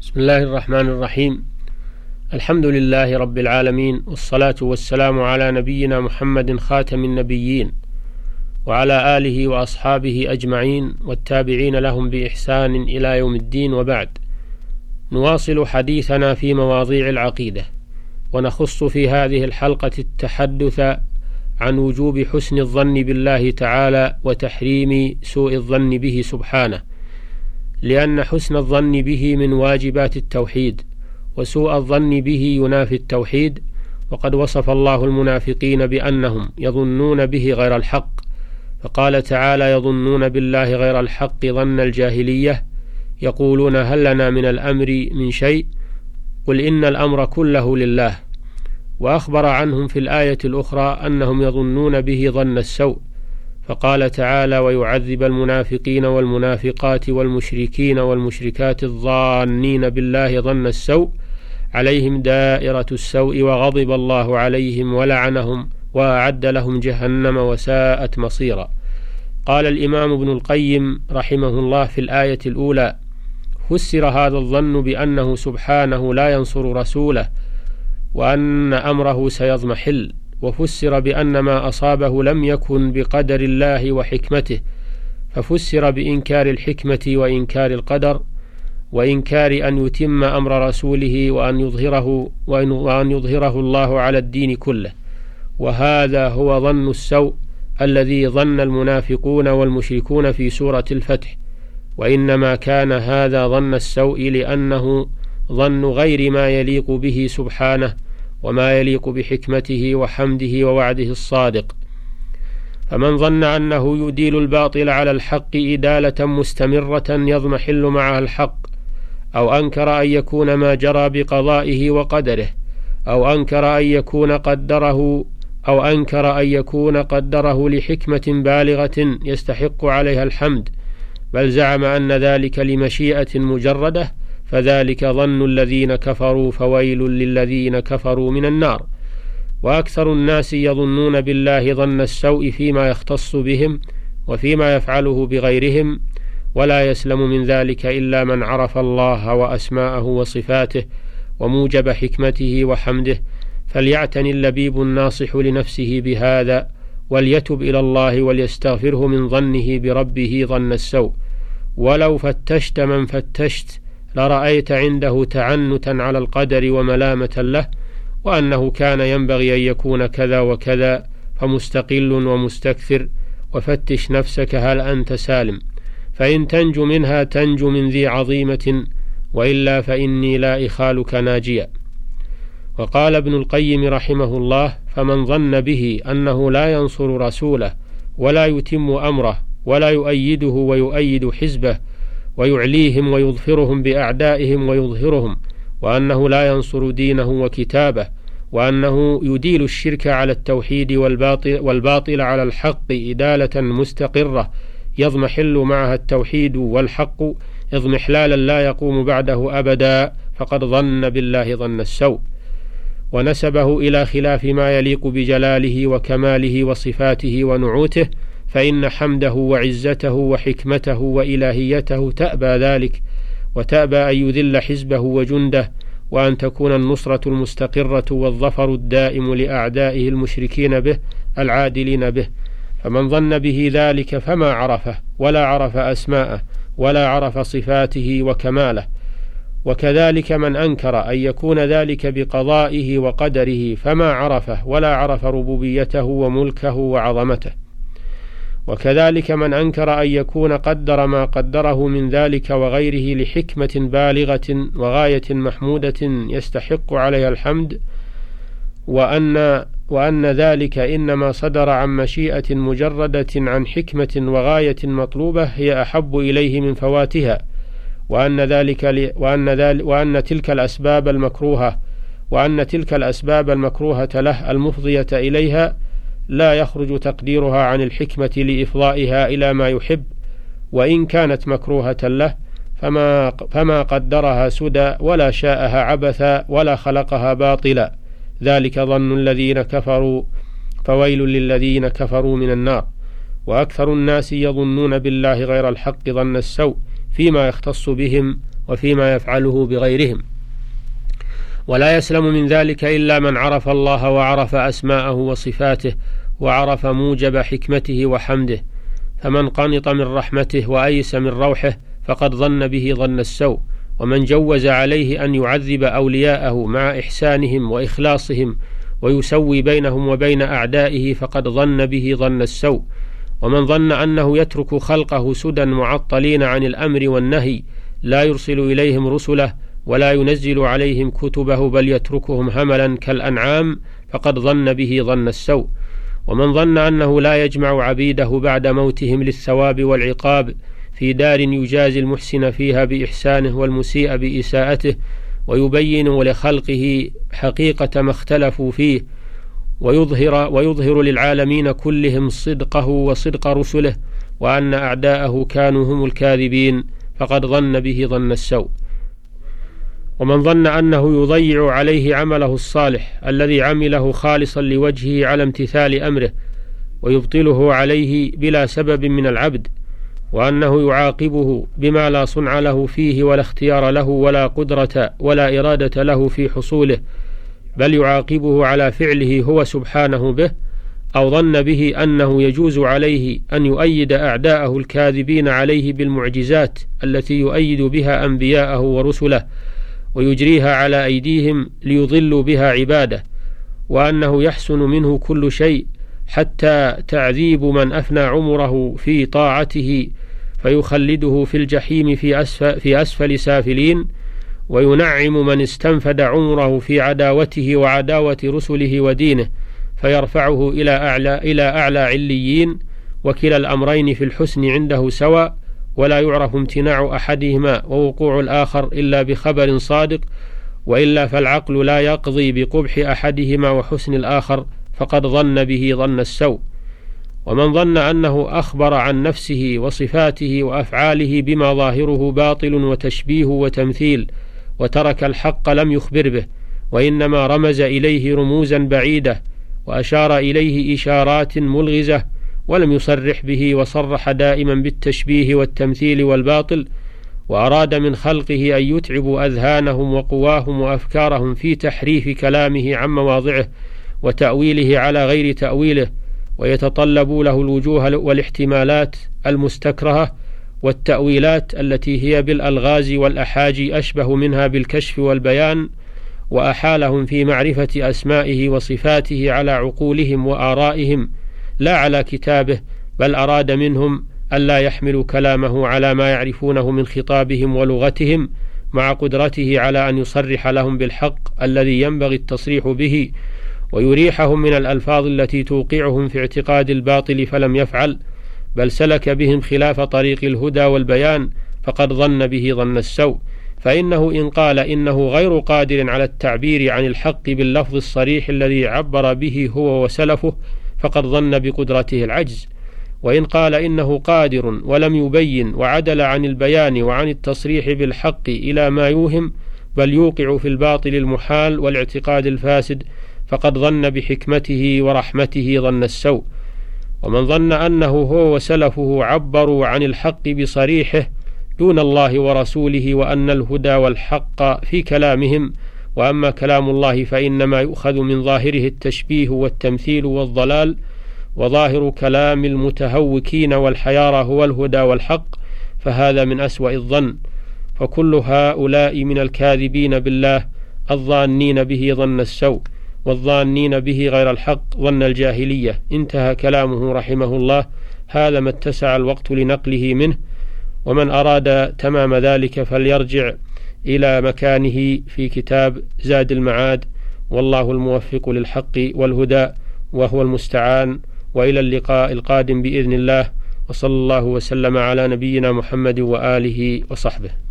بسم الله الرحمن الرحيم. الحمد لله رب العالمين، والصلاة والسلام على نبينا محمد خاتم النبيين وعلى آله وأصحابه أجمعين والتابعين لهم بإحسان إلى يوم الدين، وبعد. نواصل حديثنا في مواضيع العقيدة، ونخص في هذه الحلقة التحدث عن وجوب حسن الظن بالله تعالى وتحريم سوء الظن به سبحانه، لأن حسن الظن به من واجبات التوحيد، وسوء الظن به ينافي التوحيد. وقد وصف الله المنافقين بأنهم يظنون به غير الحق، فقال تعالى: يظنون بالله غير الحق ظن الجاهلية، يقولون هل لنا من الأمر من شيء، قل إن الأمر كله لله. وأخبر عنهم في الآية الأخرى أنهم يظنون به ظن السوء، فقال تعالى: ويعذب المنافقين والمنافقات والمشركين والمشركات الظانين بالله ظن السوء عليهم دائرة السوء وغضب الله عليهم ولعنهم وأعد لهم جهنم وساءت مصيرا. قال الإمام ابن القيم رحمه الله في الآية الأولى: فسر هذا الظن بأنه سبحانه لا ينصر رسوله، وأن أمره سيضمحل، وفسر بأن ما أصابه لم يكن بقدر الله وحكمته، ففسر بإنكار الحكمة وإنكار القدر، وإنكار أن يتم أمر رسوله وأن يظهره الله على الدين كله. وهذا هو ظن السوء الذي ظن المنافقون والمشركون في سورة الفتح، وإنما كان هذا ظن السوء لأنه ظن غير ما يليق به سبحانه وما يليق بحكمته وحمده ووعده الصادق. فمن ظن أنه يديل الباطل على الحق إدالة مستمرة يضمحل معها الحق، أو أنكر أن يكون ما جرى بقضائه وقدره، أو أنكر أن يكون قدره لحكمة بالغة يستحق عليها الحمد، بل زعم أن ذلك لمشيئة مجردة، فذلك ظن الذين كفروا، فويل للذين كفروا من النار. وأكثر الناس يظنون بالله ظن السوء فيما يختص بهم وفيما يفعله بغيرهم، ولا يسلم من ذلك إلا من عرف الله وأسماءه وصفاته وموجب حكمته وحمده، فليعتني اللبيب الناصح لنفسه بهذا، وليتب إلى الله وليستغفره من ظنه بربه ظن السوء. ولو فتشت من فتشت لرأيت عنده تعنتا على القدر وملامة له، وأنه كان ينبغي أن يكون كذا وكذا، فمستقل ومستكثر. وفتش نفسك هل أنت سالم، فإن تنجو منها تنجو من ذي عظيمة، وإلا فإني لا إخالك ناجيا. وقال ابن القيم رحمه الله: فمن ظن به أنه لا ينصر رسوله ولا يتم أمره ولا يؤيده ويؤيد حزبه ويعليهم ويظفرهم بأعدائهم ويظهرهم، وأنه لا ينصر دينه وكتابه، وأنه يديل الشرك على التوحيد والباطل على الحق إدالة مستقرة يضمحل معها التوحيد والحق اضمحلالا لا يقوم بعده أبدا، فقد ظن بالله ظن السوء، ونسبه إلى خلاف ما يليق بجلاله وكماله وصفاته ونعوته، فإن حمده وعزته وحكمته وإلهيته تأبى ذلك، وتأبى أن يذل حزبه وجنده، وأن تكون النصرة المستقرة والظفر الدائم لأعدائه المشركين به العادلين به. فمن ظن به ذلك فما عرفه، ولا عرف أسماءه، ولا عرف صفاته وكماله. وكذلك من أنكر أن يكون ذلك بقضائه وقدره فما عرفه، ولا عرف ربوبيته وملكه وعظمته. وكذلك من أنكر أن يكون قدر ما قدره من ذلك وغيره لحكمة بالغة وغاية محمودة يستحق عليها الحمد، وأن ذلك إنما صدر عن مشيئة مجردة عن حكمة وغاية مطلوبة هي أحب إليه من فواتها، وأن تلك الأسباب المكروهة له المفضية إليها لا يخرج تقديرها عن الحكمة لإفضائها إلى ما يحب، وإن كانت مكروهة له فما قدرها سدى ولا شاءها عبثا ولا خلقها باطلا. ذلك ظن الذين كفروا، فويل للذين كفروا من النار. وأكثر الناس يظنون بالله غير الحق ظن السوء فيما يختص بهم وفيما يفعله بغيرهم. ولا يسلم من ذلك إلا من عرف الله وعرف أسماءه وصفاته وعرف موجب حكمته وحمده. فمن قنط من رحمته وأيس من روحه فقد ظن به ظن السوء. ومن جوز عليه أن يعذب أولياءه مع إحسانهم وإخلاصهم ويسوي بينهم وبين أعدائه فقد ظن به ظن السوء. ومن ظن أنه يترك خلقه سدى معطلين عن الأمر والنهي لا يرسل إليهم رسله ولا ينزل عليهم كتبه بل يتركهم هملا كالأنعام فقد ظن به ظن السوء. ومن ظن أنه لا يجمع عبيده بعد موتهم للثواب والعقاب في دار يجازي المحسن فيها بإحسانه والمسيء بإساءته ويبين لخلقه حقيقة ما اختلفوا فيه ويظهر للعالمين كلهم صدقه وصدق رسله وأن أعداءه كانوا هم الكاذبين فقد ظن به ظن السوء. ومن ظن أنه يضيع عليه عمله الصالح الذي عمله خالصا لوجهه على امتثال أمره ويبطله عليه بلا سبب من العبد وأنه يعاقبه بما لا صنع له فيه ولا اختيار له ولا قدرة ولا إرادة له في حصوله بل يعاقبه على فعله هو سبحانه به، أو ظن به أنه يجوز عليه أن يؤيد أعداءه الكاذبين عليه بالمعجزات التي يؤيد بها أنبياءه ورسله ويجريها على أيديهم ليضلوا بها عباده، وأنه يحسن منه كل شيء حتى تعذيب من أفنى عمره في طاعته فيخلده في الجحيم في أسفل سافلين، وينعم من استنفد عمره في عداوته وعداوة رسله ودينه فيرفعه إلى أعلى عليين، وكلا الأمرين في الحسن عنده سواء ولا يعرف امتناع أحدهما ووقوع الآخر إلا بخبر صادق، وإلا فالعقل لا يقضي بقبح أحدهما وحسن الآخر فقد ظن به ظن السوء. ومن ظن أنه أخبر عن نفسه وصفاته وأفعاله بما ظاهره باطل وتشبيه وتمثيل وترك الحق لم يخبر به، وإنما رمز إليه رموزا بعيدة وأشار إليه إشارات ملغزة ولم يصرح به، وصرح دائما بالتشبيه والتمثيل والباطل، وأراد من خلقه أن يتعبوا أذهانهم وقواهم وأفكارهم في تحريف كلامه عن مواضعه وتأويله على غير تأويله، ويتطلبوا له الوجوه والاحتمالات المستكرهة والتأويلات التي هي بالألغاز والأحاجي أشبه منها بالكشف والبيان، وأحالهم في معرفة أسمائه وصفاته على عقولهم وآرائهم لا على كتابه، بل أراد منهم ألا يحملوا كلامه على ما يعرفونه من خطابهم ولغتهم مع قدرته على أن يصرح لهم بالحق الذي ينبغي التصريح به ويريحهم من الألفاظ التي توقعهم في اعتقاد الباطل فلم يفعل، بل سلك بهم خلاف طريق الهدى والبيان فقد ظن به ظن السوء. فإنه إن قال إنه غير قادر على التعبير عن الحق باللفظ الصريح الذي عبر به هو وسلفه فقد ظن بقدرته العجز، وإن قال إنه قادر ولم يبين وعدل عن البيان وعن التصريح بالحق إلى ما يوهم بل يوقع في الباطل المحال والاعتقاد الفاسد فقد ظن بحكمته ورحمته ظن السوء. ومن ظن أنه هو وسلفه عبروا عن الحق بصريحه دون الله ورسوله وأن الهدى والحق في كلامهم، وأما كلام الله فإنما يؤخذ من ظاهره التشبيه والتمثيل والضلال، وظاهر كلام المتهوكين والحيارى هو الهدى والحق، فهذا من أسوأ الظن. فكل هؤلاء من الكاذبين بالله الظانين به ظن السوء والظانين به غير الحق ظن الجاهلية. انتهى كلامه رحمه الله. هذا ما اتسع الوقت لنقله منه، ومن أراد تمام ذلك فليرجع إلى مكانه في كتاب زاد المعاد، والله الموفق للحق والهدى وهو المستعان، وإلى اللقاء القادم بإذن الله، وصلى الله وسلم على نبينا محمد وآله وصحبه.